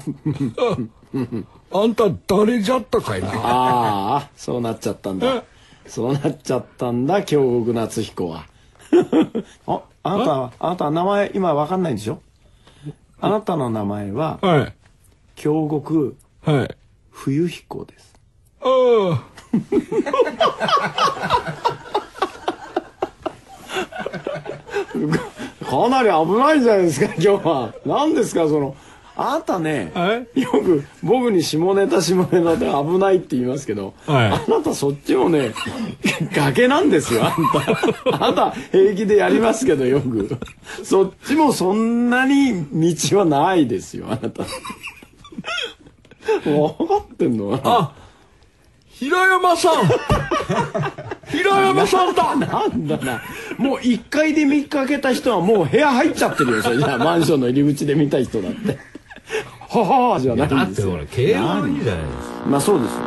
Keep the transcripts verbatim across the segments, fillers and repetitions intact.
あんた誰じゃったかいな。 ああ、そうなっちゃったんだ。そうなっちゃったんだ、京極夏彦は。あ、あなた、あなた名前今わかんないんでしょ？あなたの名前は、 はい。 京極、 はい。 冬彦です。 ああ。 かなり危ないじゃないですか、今日は。何ですか、その。あなたね、よく僕に下ネタ下ネタで危ないって言いますけど、はい、あなたそっちもね、崖なんですよ、あんた。あなた平気でやりますけどよく。そっちもそんなに道はないですよ、あなた。分かってんの？ あ、平山さん平山さんだ。 なんだな。もういっかいで見かけた人はもう部屋入っちゃってるよ、それじゃあマンションの入り口で見た人だって。ははじゃないんですよ。 だってほら、敬語いいじゃないですか。 まあそうですよ。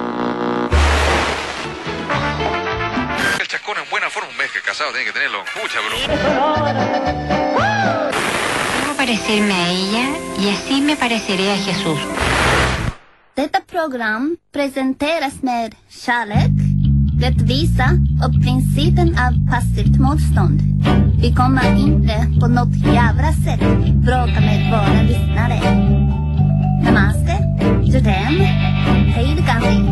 El chascón en buena forma, un mes que casado tiene que tenerlo. Mucha broma. Debo parecerme a ella y así me pareceré a Jesús. Detta program presenteras med kärlek, rättvisa och principen av passivt motstånd. Vi kommer inte på något jävla sätt bråka med våra lyssnare. Namaste, Jodem, hej Gandhi.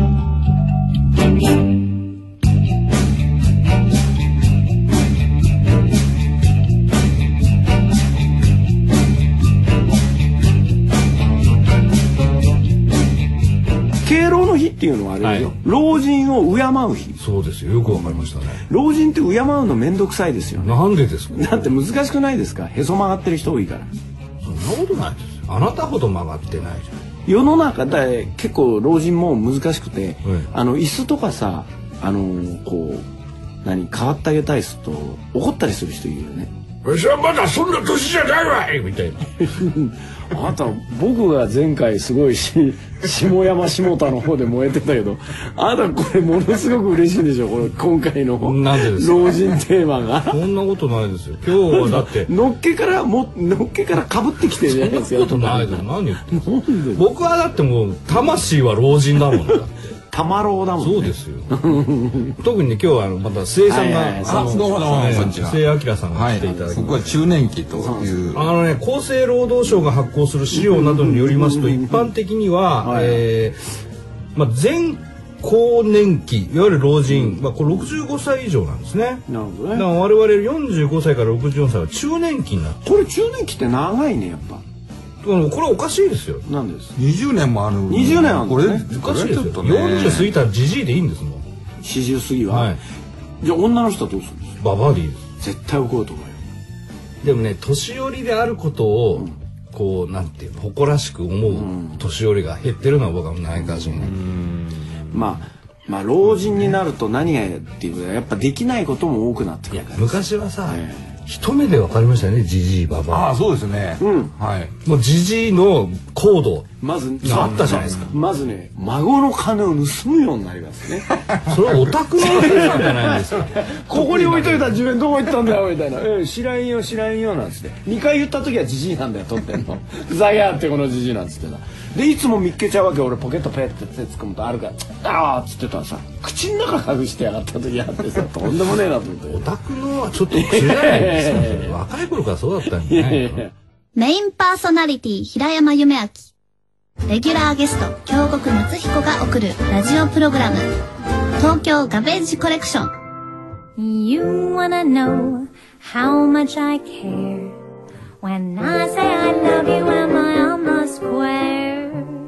敬老の日っていうのはあれですよ、はい、老人を敬う日。 そうですよ、よくわかりましたね。 老人って敬うのめんどくさいですよね。 なんでですか？ だって難しくないですか？へそ曲がってる人多いから。 そんなことないです。あなたほど曲がってないじゃん。 世の中で結構老人も難しくて、うん、あの椅子とかさ、あのこう何変わってあげたりすると怒ったりする人いるよね。 私はまだそんな年じゃないわいみたいな。 あなた僕が前回すごいし下山下田の方で燃えてたけど、あなたこれものすごく嬉しいんでしょ、これ今回の老人テーマが。 そんなことないですよ。今日はだってのっけからものっけから被ってきてるじゃないですか。 そんなことないです。何言ってんの？僕はだってもう魂は老人だもんだって。 たまろうだもんね。 そうですよ。特にね、今日はあのまた末さんが、 あ、どうもどうも、こんにちは。 末明さんが来ていただきます。 僕は中年期という。 あのね、厚生労働省が発行する資料などによりますと、一般的には、えー、まあ全更年期、いわゆる老人、まあこれろくじゅうごさい以上なんですね。 なるほどね。 だから我々よんじゅうごさいからろくじゅうよんさいは中年期になって。 これ中年期って長いね、やっぱ。 これおかしいですよ。 なんです。 にじゅうねんもある。 にじゅうねんあるこれおかしいですよ。よんじゅう過ぎたらジジイでいいんですもん。よんじゅう過ぎは。はい。じゃあ女の人はどうするんですか？ ババアでいいです。 絶対怒ると思うよ。 でもね、年寄りであることを、うん、こうなんていうの、誇らしく思う年寄りが減ってるのは僕はないかもしれない。 まあまあ老人になると何がっていうかやっぱできないことも多くなってくるから。 昔はさ。えー一目で分かりましたね、ジジイババア。 ああ、そうですね。 うん。 はい。 もうジジイのコードまずあったじゃないですか。 まずね、孫の金を盗むようになりますね。 それはオタクの話なんじゃないですか。 ここに置いといた自分どこ行ったんだよみたいな。え、知らんよ知らんよなんつって。二回言った時はジジイなんだよ、取ってんの。ふざけやってこのジジイなんつってた。でいつも見っけちゃうわけ。俺ポケットペッて手突っ込むとあるからああっつってたらさ、口の中隠してやがった時あってさ、とんでもねえなと思って。 オタクのはちょっと違うじゃないですか。若い頃からそうだったんじゃないの？ メインパーソナリティ平山夢明、レギュラーゲスト京極夏彦が送るラジオプログラム東京ガベージコレクション。 You wanna know how much I care when I say I love you am I on the square?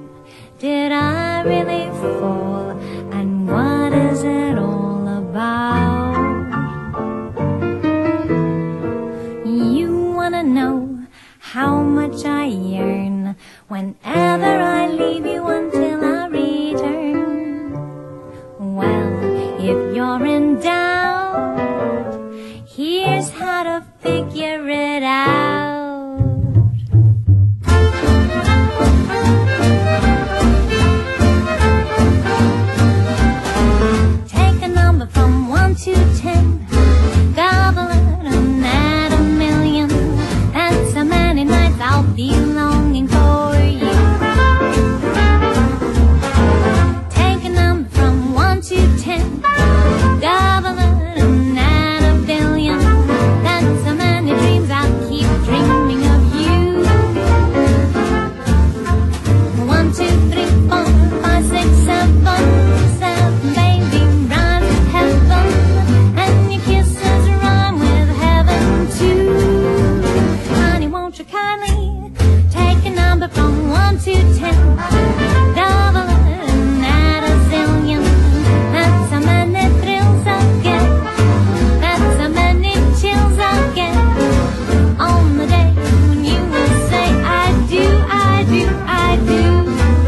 Did I really fall and what is it all about? You wanna know how much I yearn whenever I leave you until I return. Well, if you're in doubt, here's how to figure it out. Take a number from one to ten, gobble it and add a million. That's how many nights I'll be longing for you. number from one to ten. Double and add a zillion. That's how many thrills I get. That's how many chills I get. On the day when you will say I do, I do, I do.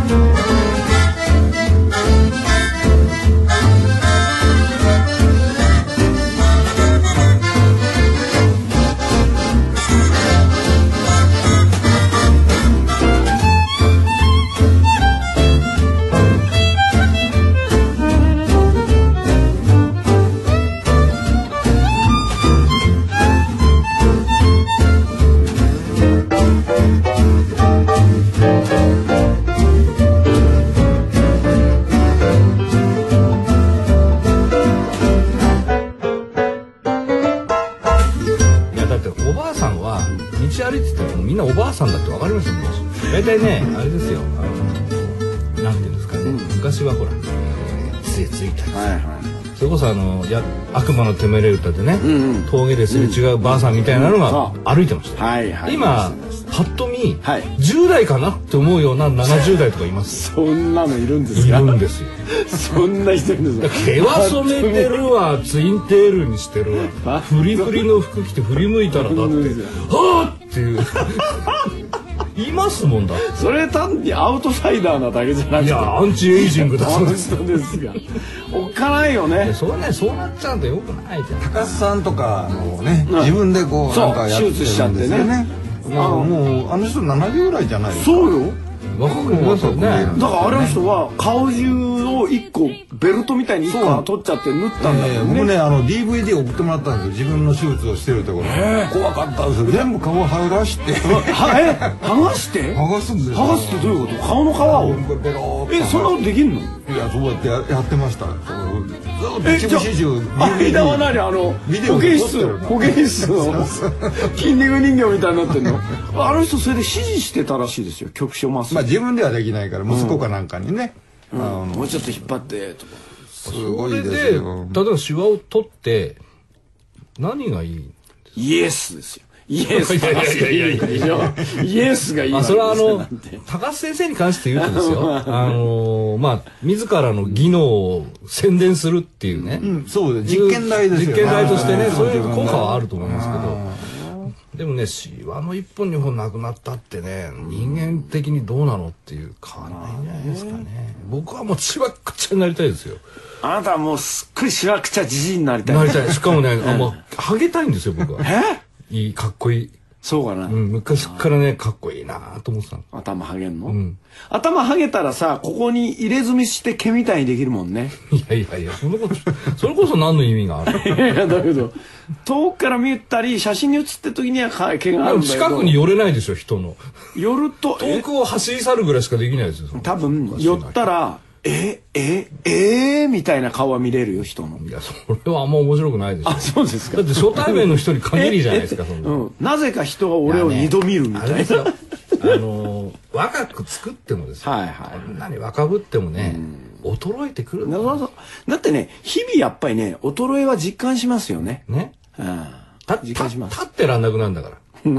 さんだってわかりますよ。大体ね、あれですよ。あのなんていうんですかね。うん、昔はほら、えー、杖ついたりさ、はいはい、それこそあのや悪魔の手めれ歌でね、うんうん、峠ですれ違うばあさんみたいなのが歩いてました。うんはいはい、今パッと見、はい、じゅう代かなって思うようなななじゅう代とかいます。 そんなのいるんですか。 いるんですよ。 そんな人いるんですか。 毛は染めてるわ、ツインテールにしてるわ、フリフリの服着て振り向いたらだってはあっていういますもんだ。 それ単にアウトサイダーなだけじゃなくて、 いやアンチエイジングだそうです。 本当ですが、おっかないよね。 そうね、そうなっちゃうとよくないじゃん。 高須さんとかのね、自分でこうなんかやってるんですよね。いやもうあの人ななじゅうぐらいじゃないですか。 そうよ。 若く見ますよね。 だからあれの人は顔中を一個ベルトみたいに一個取っちゃって縫ったんだけどね。 僕ねあの ディーブイディー 送ってもらったんですよ。自分の手術をしてるところ。怖かったんですよ。全部顔剥がして。 はえ剥がして？ 剥がすんですよ。 剥がすってどういうこと？顔の皮を。えそんなことできんの？いやそうやってやってました。 えじゃあ間は何あの保健室保健室の筋肉人形みたいになってんの？あの人それで指示してたらしいですよ。局所麻酔。 まあ自分ではできないから息子かなんかにね。 もうちょっと引っ張ってとか。 すごいですよ。 例えばシワを取って何がいい？ イエスですよ。イエス。いやいやいやいやイエスがいい。 それはあの高須先生に関して言うとですよ。あのまあ自らの技能を宣伝するっていうね。 そうです。実験台ですよ。 実験台としてね、そういう効果はあると思いますけど。でもね、シワの一本二本なくなったってね、人間的にどうなのっていう変わらないんじゃないですかね。僕はもうしわくちゃになりたいですよ。 あなたはもうすっごいしわくちゃじじいになりたい。 なりたい。しかもね、あもうハゲたいんですよ僕は。 え？ いいかっこいい。 そうかな。 うん、昔からねかっこいいなと思ってたの。 頭ハゲんの？ うん。 頭ハゲたらさ、ここに入れ墨して毛みたいにできるもんね。 いやいやいや、そんなことそれこそ何の意味がある？ いやだけど遠くから見たり写真に写ってる時には毛があるんだけど。 近くに寄れないでしょ人の。 寄ると遠くを走り去るぐらいしかできないですよ。 多分寄ったら。えええー、みたいな顔は見れるよ人の。 いやそれはあんま面白くないですよ。 あそうですか。 だって初対面の人に限りじゃないですか。そんな、 うん、なぜか人は俺を二度見るみたいな。いや、ね、 あの若く作ってもですよ。はいはい。こんなに若ぶってもね、うん、衰えてくるんだ。 だってね日々やっぱりね衰えは実感しますよね。 ね。 うん。 実感します。立ってらんなくなるんだから。い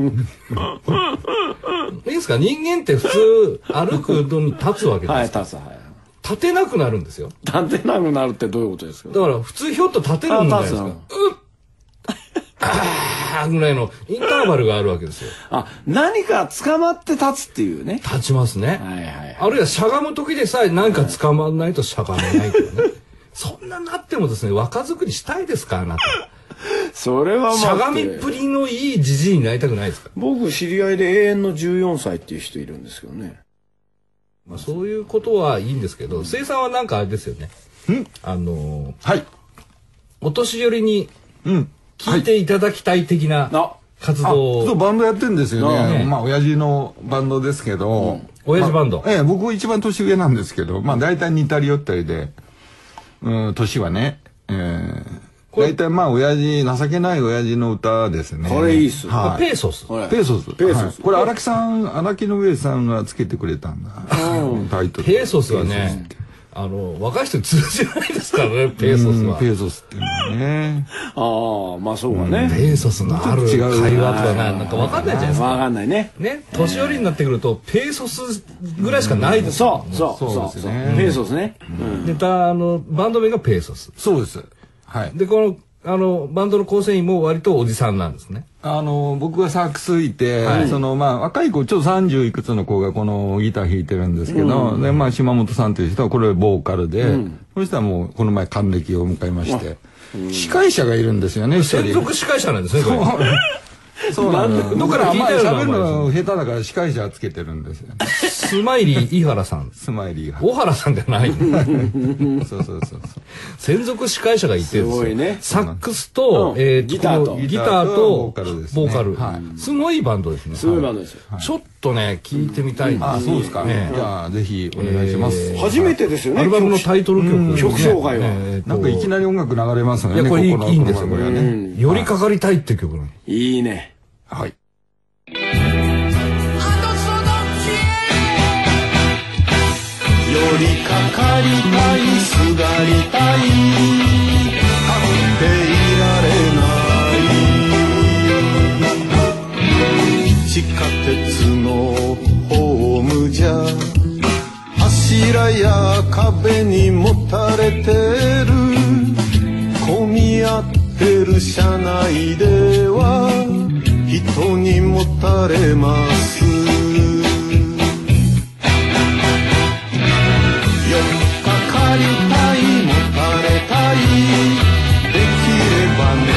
いですか人間って普通歩くのに立つわけです。 はい立つはい。 立てなくなるんですよ。 立てなくなるってどういうことですか。 だから普通ひょっと立てるんじゃないですか。うっあーぐらいのインターバルがあるわけですよ。 あ何か捕まって立つっていうね。 立ちますね。はいはいはい、あるいはしゃがむ時でさえ何か捕まんないとしゃがめないけどね。そんななってもですね若作りしたいですかあなた。 それはしゃがみっぷりのいいじじいになりたくないですか。 僕知り合いで永遠のじゅうよんさいっていう人いるんですけどね。 まあそういうことはいいんですけど、生さんはなんかあれですよね。あのはい。 お年寄りに聞いていただきたい的な活動を。 そうバンドやってるんですよね。まあ親父のバンドですけど。 親父バンド。 ええ僕一番年上なんですけど、まあ大体似たり寄ったりで、うん年はね。ええ。大体まあ親父情けない親父の歌ですね。 これいいっす。 はい、ペーソス。 ペーソス。ペーソス。これ荒木さん荒木の上さんがつけてくれたんだ。 タイトル。ペーソスはねあの若い人に通じないですからね、ペーソスは。 ペーソスっていうのはね。 ああ、まあそうかね。 ペーソスのある会話とかなんかわかんないじゃないですか。 わかんないね。 ね、年寄りになってくるとペーソスぐらいしかないです。 そうそうそうそう。ペーソスね。 で、あのバンド名がペーソス。 そうです。はい。 でこのあのバンドの構成員も割とおじさんなんですね。 あの僕はサックスいて、はい、そのまあ若い子ちょっとさんじゅういくつの子がこのギター弾いてるんですけど、うん、でまあ島本さんという人はこれボーカルで、うん、そしたらもうこの前還暦を迎えまして、うん、司会者がいるんですよね。 専属司会者なんですね。これそうなんだ。どっから聞いたよ。喋るの下手だから司会者つけてるんですよ。 スマイリー井原さん。 スマイリー。 小原さんじゃない。 そうそうそう。 専属司会者がいてるんですよ。 すごいね。 サックスとえギターとギターとボーカルです。ボーカル。すごいバンドですね。 すごいバンドですよ。 ちょっとね聞いてみたいんです。 あ、そうですか。じゃあぜひお願いします。 初めてですよね。 アルバムのタイトル曲。 曲紹介は。 なんかいきなり音楽流れますよね。 これいいんですよこれはね。寄りかかりたいって曲なの。 いいね。 はい。 寄りかかりたいすがりたい立っていられない地下鉄のホームじゃ柱や壁にもたれてる混み合ってる車内では人にもたれます寄っかかりたいもたれたいできれば眠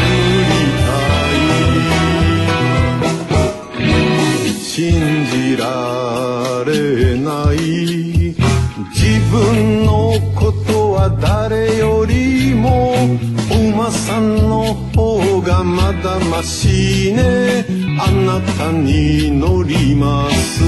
りたい信じられない自分のことは誰よりもお馬さんの方がまだましねあなたに乗ります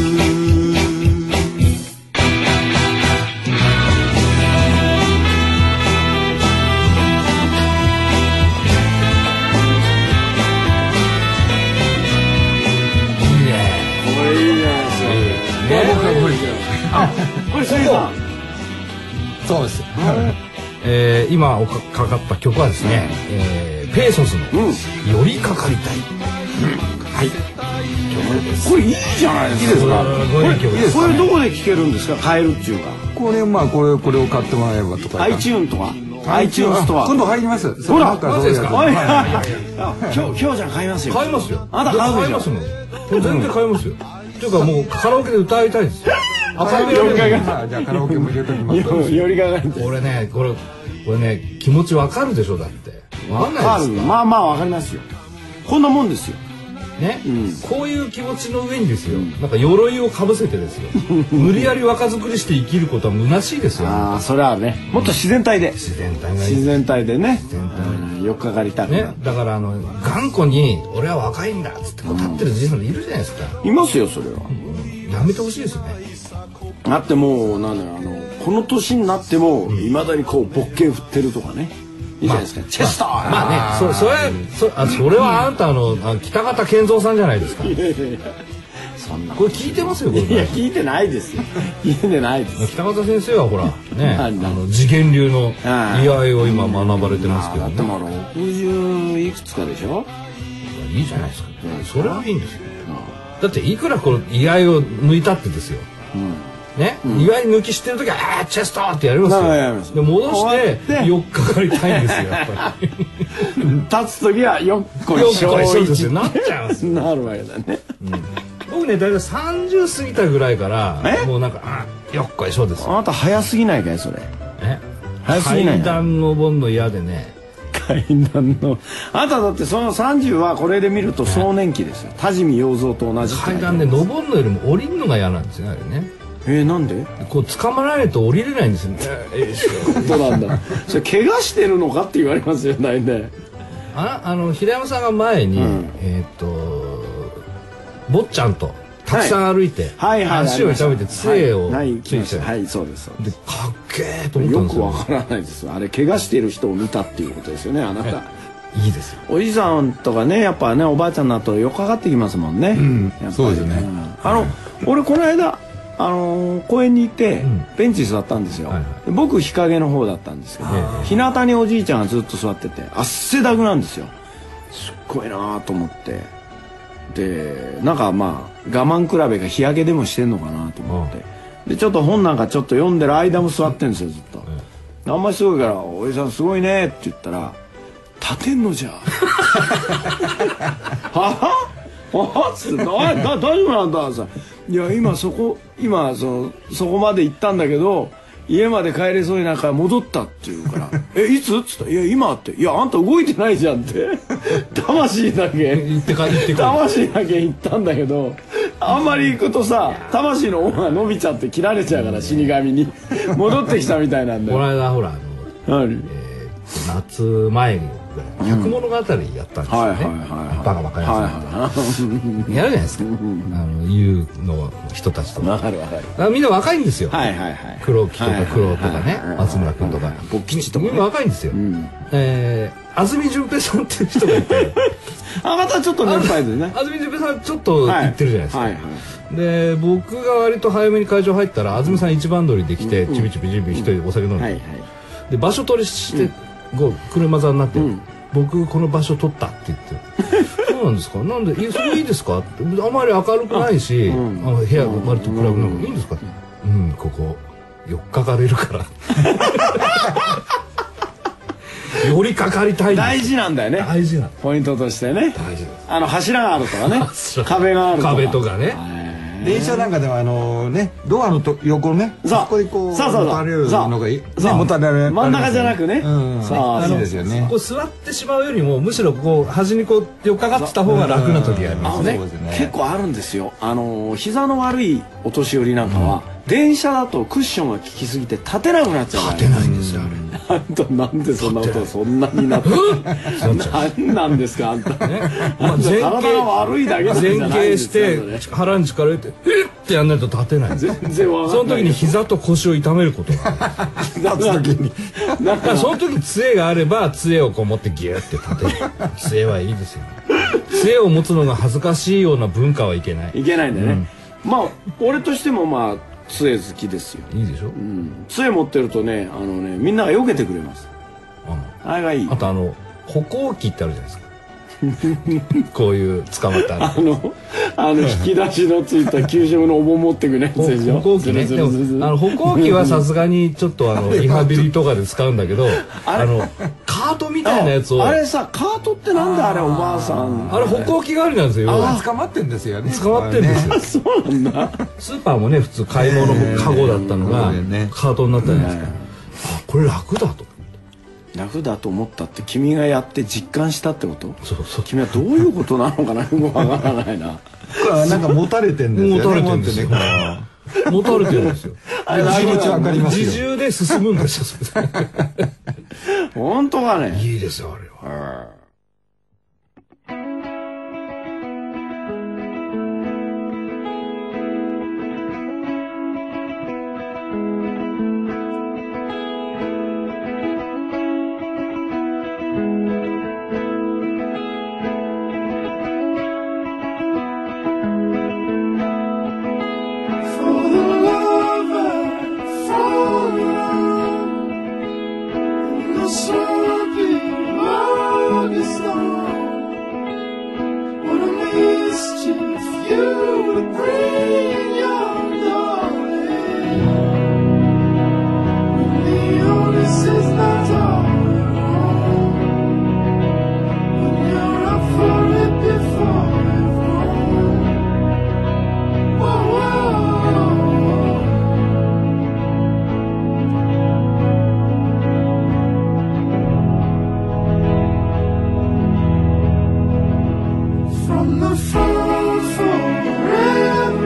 これ杉さんそうです。 えー、今おかかかった曲はですね、えー、ペーソスの「寄りかかりたい」はい、曲です。 これいいじゃないですか。いいですか。 これいい曲です。 これどこで聴けるんですか。買えるっていうか。 これまあこれこれを買ってもらえばとか。 iTunes とか。iTunes ストア。 今度入ります。 ほら、 マジですか。 今日今日じゃ買いますよ。 買いますよ。 あなた買うでしょ。 全然買いますよ。というかもうカラオケで歌いたいです。 あ、カラオケじゃあカラオケも入れときます。 寄りかかりたい。 これね、これこれね気持ちわかるでしょだって。わかんないですか。 まあまあわかりますよ。こんなもんですよ。 ね、こういう気持ちの上にですよ。なんか鎧をかぶせてですよ。無理やり若作りして生きることは虚しいですよ。 ああ、それはね。もっと自然体で。 自然体がいい。 自然体でね。自然体。よっかかりたくね。だからあの頑固に俺は若いんだっつってこう立ってるじいさんいるじゃないですか。 いますよそれは。 やめてほしいですよね。 だってもうなんだよあのこの年になってもいまだにこうボッケ振ってるとかね。いいじゃないですか。チェスター。 まあね、そそれそあそれはあんたの北方健三さんじゃないですか。いやいやそんなこれ聞いてますよ。これいや聞いてないですよ。聞いてないです。 北方先生はほらねあの次元流の居合を今学ばれてますけどね。 だってもうろくじゅういくつかでしょ。 いいじゃないですか。それはいいんですよ。だっていくらこの居合を抜いたってですよ。ね、居合抜きしてる時は「あチェスト!」ってやりますよ。で戻してよっかかりたいんですよやっぱり。 立つ時はよっこいしょですよ。なっちゃうんですよ。 なるわけだね。 僕ね大体さんじゅう過ぎたぐらいからもうなんかあよっこいしょです。 あなた早すぎないかいそれ。 え早すぎない。 階段登るの嫌でね。 階段のあなただってそのさんじゅうはこれで見ると壮年期ですよ。多治見洋蔵と同じ。 階段で登るのよりも降りるのが嫌なんですよねあれね。 えー、なんでこう掴まないと降りれないんですよね。 そうなんだ。それ怪我してるのかって言われますよ大体。 ああの平山さんが前に、うん、えっと坊ちゃんとたくさん歩いて、はい、足を痛めて杖をついて、 はいそうです。 でかっけーと思ったんですよ。 よくわからないですよ。あれ怪我している人を見たっていうことですよねあなた。 いいですよ。 おじさんとかねやっぱねおばあちゃんだとよっかかってきますもんね。 うん、そうですね。 あの俺この間あのー、公園に行って、うん、ベンチに座ったんですよ、はいはい、僕日陰の方だったんですけど、日向におじいちゃんがずっと座ってて汗だくなんですよ。すっごいなと思って、でなんかまあ我慢比べが日焼けでもしてんのかなと思って、でちょっと本なんかちょっと読んでる間も座ってんですよずっと、うん、あんまりすごいから「おじさんすごいね」って言ったら「立てんのじゃ」ははっつって「大丈夫なんだ」さ「いや今そこ今そのそこまで行ったんだけど家まで帰れそうになんか戻った」って言うから「えいつ?」っつったら「いや今」って「いやあんた動いてないじゃん」って魂だけ魂だけ行ったんだけど、あんまり行くとさ魂の恩が伸びちゃって切られちゃうから死神に戻ってきたみたいなんだよ。 この間ほらあの、えー、夏前に百物語やったんですよね。バカバカやつやるじゃないですか。あの言うの人たちとか。わかるわかる。みんな若いんですよ。黒木とか黒とかね、松村君とか。 ボッキチとか。 みんな若いんですよ。ええ、安住淳平さんっていう人がいて。 あ、またちょっと年配でね。 安住淳平さんちょっと言ってるじゃないですか。で、僕が割と早めに会場入ったら、安住さん一番乗りで来て、ちびちびちび一人お酒飲んで。で、場所取りして。車座になって、うん、僕この場所取ったって言ってそうなんですか、なんでいそれいいですかって、あまり明るくないし、うん、あの部屋が割と暗くなる、うん、いいんですかって、うん、ここよっかかれるから寄りかかりたい。 大事なんだよね。 大事なポイントとしてね。 大事。 あの柱があるとかね壁があるとか壁とかね。 電車なんかではあのねドアのと横ね、そこにこう持たれるのがいい。持たれる真ん中じゃなくね。 そういいですよね。 こう座ってしまうよりもむしろこう端にこう寄っかかってた方が楽な時がありますね。 結構あるんですよ。あの膝の悪いお年寄りなんかは電車だとクッションが効きすぎて立てなくなっちゃう。 立てないんですよあれ。 あんたなんでそんなことそんなになって何なんですかあんた。体が悪いだけじゃない前傾して腹に力入れてえっってやんないと立てない。 全然わかんない。 その時に膝と腰を痛めることが立つ時にだからその時杖があれば杖をこう持ってギューって立てる。杖はいいですよ。杖を持つのが恥ずかしいような文化はいけない。 いけないんだよね。まあ俺としてもまあ杖好きですよ。 いいでしょ。 杖持ってるとね、あのねみんなが避けてくれます。あれがいい。 あとあの歩行器ってあるじゃないですか。こういう捕まったあのあの引き出しのついた給食のお盆持ってくね。 歩行器ね。でもあの歩行器はさすがにちょっとあのリハビリとかで使うんだけど、あのカートみたいなやつを。 あれさカートってなんだあれおばあさん。 あれ歩行器代わりなんですよ。 あ捕まってんですよね。 捕まってんですよ。 そうなんだ。 スーパーもね普通買い物カゴだったのがカートになったじゃないですか。あこれ楽だと。 楽だと思ったって君がやって実感したってこと？ そうそう。 君はどういうことなのかなよくわからないな。 これはなんか持たれてんですよね。 持たれてんですよ。持たれてるんですよ。 気持ちわかりますよ。 自重で進むんですよ。 本当はね。 いいですよあれは。 From the far, far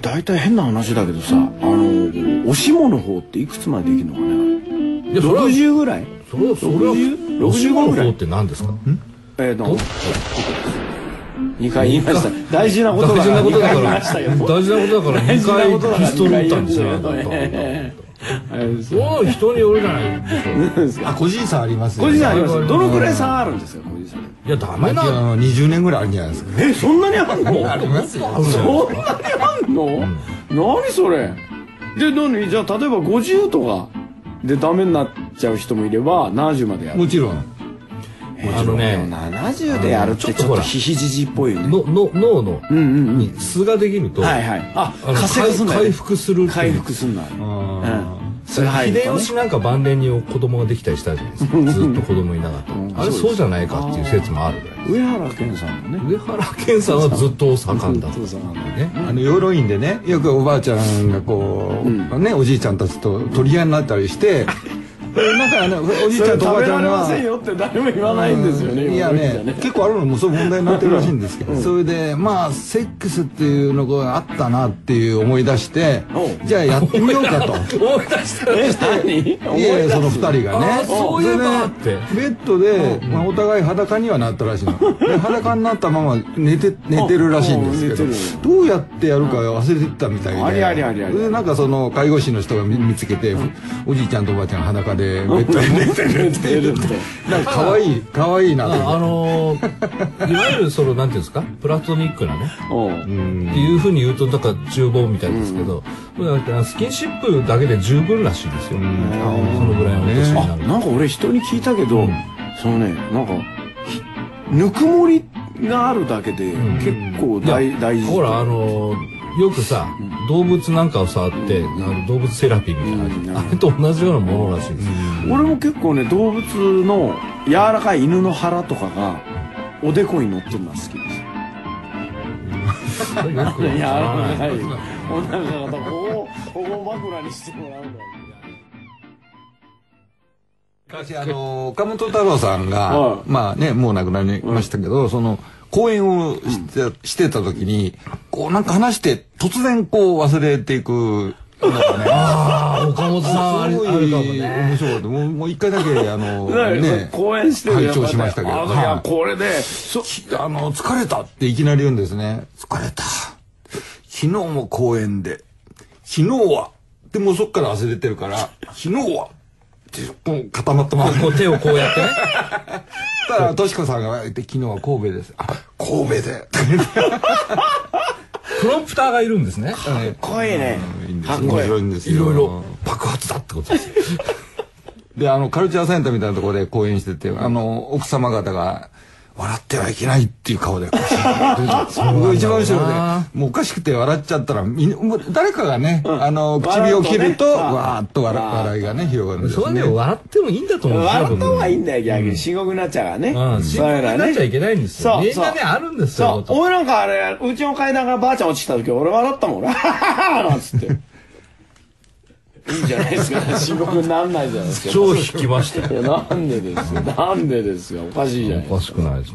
大体変な話だけどさ、あのおしもの方っていくつまでできるのかね。ろくじゅうぐらい？ それはそれはろくじゅうごの方って何ですか？ えっとにかい言いました。大事なことだからにかい言いましたよ。 大事なことだからにかいピストル撃ったんですよ。そう人によるじゃないですか。あ、個人差ありますよ。 個人差あります。どのくらい差あるんですか、個人差。 いやダメな。 にじゅうねんぐらいあるんじゃないですか。 え、そんなにあるの？ ありますよ。 そんなにあるの？何それ。で、何じゃあ例えばごじゅうとかでダメになっちゃう人もいればななじゅうまでやる。 もちろん。 あのね、 ななじゅうでやるってちょっとひひじじっぽいよね。 のの脳のに巣ができると、 はいはい。あ、活性化すんだ。 回復する。 回復すんだ。うん。 秀吉なんか晩年に子供ができたりしたじゃないですか。ずっと子供いなかった。あれそうじゃないかっていう説もあるぐらい。 上原健さんもね。 上原健さんはずっと盛んだ。 あの養老院でね、よくおばあちゃんがこうね、おじいちゃんたちと取り合いになったりして。なんかね、おじいちゃんとおばあちゃんは食べられませんよって誰も言わないんですよね。 いやね、結構あるのもそう問題になってるらしいんですけど、それでまあセックスっていうのがあったなっていう思い出して、じゃあやってみようかと。 思い出した何？ いやいやその二人がね、 そういうのってベッドでまあお互い裸にはなったらしいの。裸になったまま寝て寝てるらしいんですけど、どうやってやるか忘れてたみたいで、 ありありありあり。 でなんかその介護士の人が見つけて、おじいちゃんとおばあちゃん裸で。ベッドで寝てるっていうなんか可愛い可愛いなあのいわゆるそのなんていうんですかプラトニックなねっていうふうに言うとなんか厨房みたいですけどスキンシップだけで十分らしいですよ。そのぐらいの年になる。 なんか俺人に聞いたけどそのねなんかぬくもりがあるだけで結構大事。 ほらあのよくさ、動物なんかを触って、あの動物セラピーみたいな、あれと同じようなものらしいです。 俺も結構ね動物の柔らかい犬の腹とかがおでこに乗ってるのが好きです。柔らかいお腹がここここ枕にしてもらうんだよ。 昔あの岡本太郎さんがまあねもう亡くなりましたけど、その講演をして、してた時にこうなんか話して突然こう忘れていくのがね。 ああ岡本さんあるかもね。 面白かった。もうもう一回だけあのね講演して拝聴しましたけど。 いやこれでそあの疲れたっていきなり言うんですね。疲れた。昨日も講演で昨日はでもそっから忘れてるから昨日は。固まったままこう手をこうやってね。 ただとしこさんが昨日は神戸です。あ神戸で。 プロンプターがいるんですね。 かっこいいね。 かっこいいんですよ。 いろいろ爆発だってことですよ。 であのカルチャーセンターみたいなところで講演しててあの奥様方が笑ってはいけないっていう顔で僕一番後ろでもうおかしくて笑っちゃったらもう誰かがね、うん、あの唇を切るとわーっと笑笑いがね広がるんですね。 そういうの笑ってもいいんだと思うんですよ。 笑った方がいいんだよ逆に深刻になっちゃうからね。 深刻になっちゃいけないんですよ。みんなねあるんですよ。 俺なんかあれうちの階段からばあちゃん落ちた時俺笑ったもん。なんつって。いいじゃないですか。深刻になんないじゃないですか。 超引きましたよ。なんでですよ。なんでですよ。おかしいじゃないですか。 おかしくないです。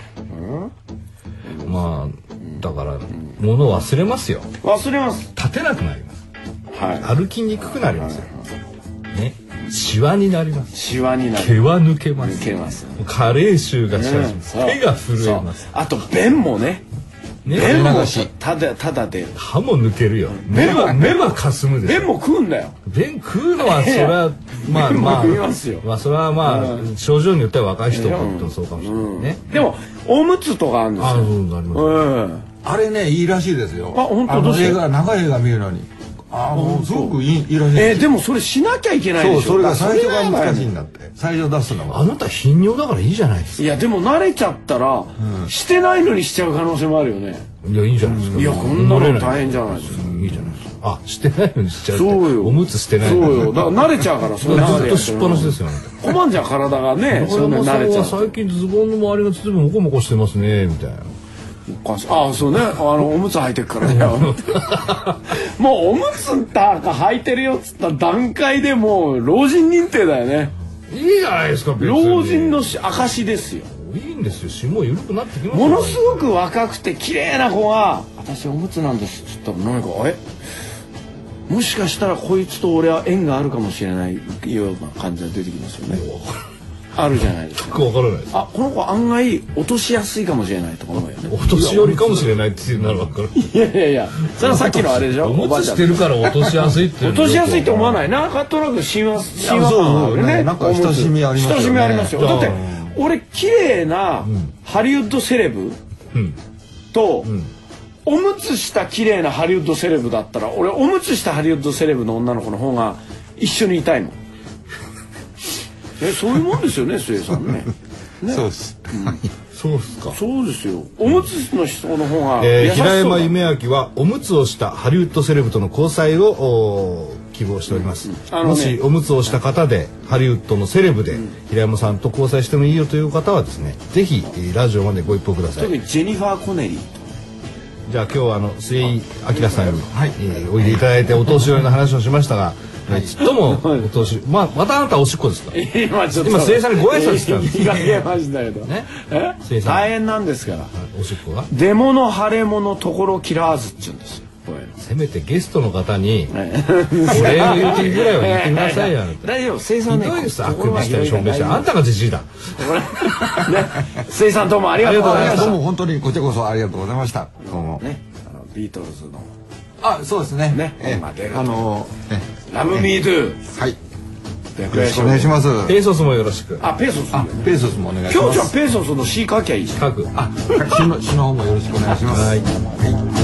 まあだから物を忘れますよ。 忘れます。 立てなくなります。 はい。 歩きにくくなりますよ。ね。シワになります。 シワになる。 毛は抜けます。 抜けます。 加齢臭がします。手が震えます。 あと便もね。便もただただで歯も抜けるよ。目は目はかすむでしょ。 便も食うんだよ。 便食うのはそれはまあまあまあそれはまあ症状によっては若い人とそうかもしれないね。 でもおむつとかあるんですよ。 あ、そうあります。 あれねいいらしいですよ。 あ本当どうして？ 長い映画見るのに。あもうすごくいいいいらしい。 えでもそれしなきゃいけないでしょ。 そうそれが最初が難しいんだって。最初出すのは。 あなた頻尿だからいいじゃないですか。 いやでも慣れちゃったらしてないのにしちゃう可能性もあるよね。 いやいいじゃないですか。 いやこんなの大変じゃないですか。 いいじゃないですか。あしてないのにしちゃう。 そうよ。 おむつしてない。 そうよ。だから慣れちゃうからそれずっとしっぱなしですよね。 困んじゃう体がね。 それ慣れちゃう。最近ズボンの周りがずいぶんモコモコしてますねみたいな。 ああそうねあのおむつ履いてるからね。もうおむつなんか履いてるよっつった段階でもう老人認定だよね。 いいじゃないですか。 老人の証ですよ。 いいんですよ。霜緩くなってきます。 ものすごく若くて綺麗な子が私おむつなんですっつったら何かえもしかしたらこいつと俺は縁があるかもしれないような感じが出てきますよね。あるじゃないですか。 わからないです。 あこの子案外落としやすいかもしれないとか思うよね。 お年寄りかもしれないっていうならわかる。 いやいやいやそれはさっきのあれでしょ。 おむつしてるから落としやすいって落としやすいって思わない。なんかとなく親和親和感あるね。 なんか親しみありますよね。 親しみありますよ。だって俺綺麗なハリウッドセレブとおむつした綺麗なハリウッドセレブだったら俺おむつしたハリウッドセレブの女の子の方が一緒にいたいもん。えそういうもんですよね末さんね。 ねそうです。 そうですか。 そうですよ。おむつの人の方がえー、 優しそうだ。 平山夢明はおむつをしたハリウッドセレブとの交際を希望しております。うんうんね、もしおむつをした方でハリウッドのセレブで、うん、平山さんと交際してもいいよという方はですね、ぜひラジオまでご一報ください。 特にジェニファー・コネリー。 じゃあ今日はあの末井明さんに、はいえー、おいでいただいてお年寄りの話をしましたが。はい、ちっともお年まあまたあなたおしっこですか。 今ちょっと今末井さんにご挨拶したんです。 いやいやましたけどね。え大変なんですから。 おしっこが。 出物腫れ物ところ切らずっちゅうんですよ。 せめてゲストの方にお礼を言ってぐらいは言ってくださいよ。 大丈夫。末井さんね。 ひどいです。あくびしたり証明してあんたがじじいだ。 末井さんどうもありがとうございました。 どうも本当にこちらこそありがとうございました。どうもねあのビートルズの。 あ、そうですね。 ね、 えまあ出るあのラブミートゥー。 はい。よろしくお願いします。 ペーソスもよろしく。 あ、ペーソス。 あ、ペーソスもお願いします。 今日じゃペーソスの C 書きゃいいじゃん。 書く。あ、詩の詩の方もよろしくお願いします。はい。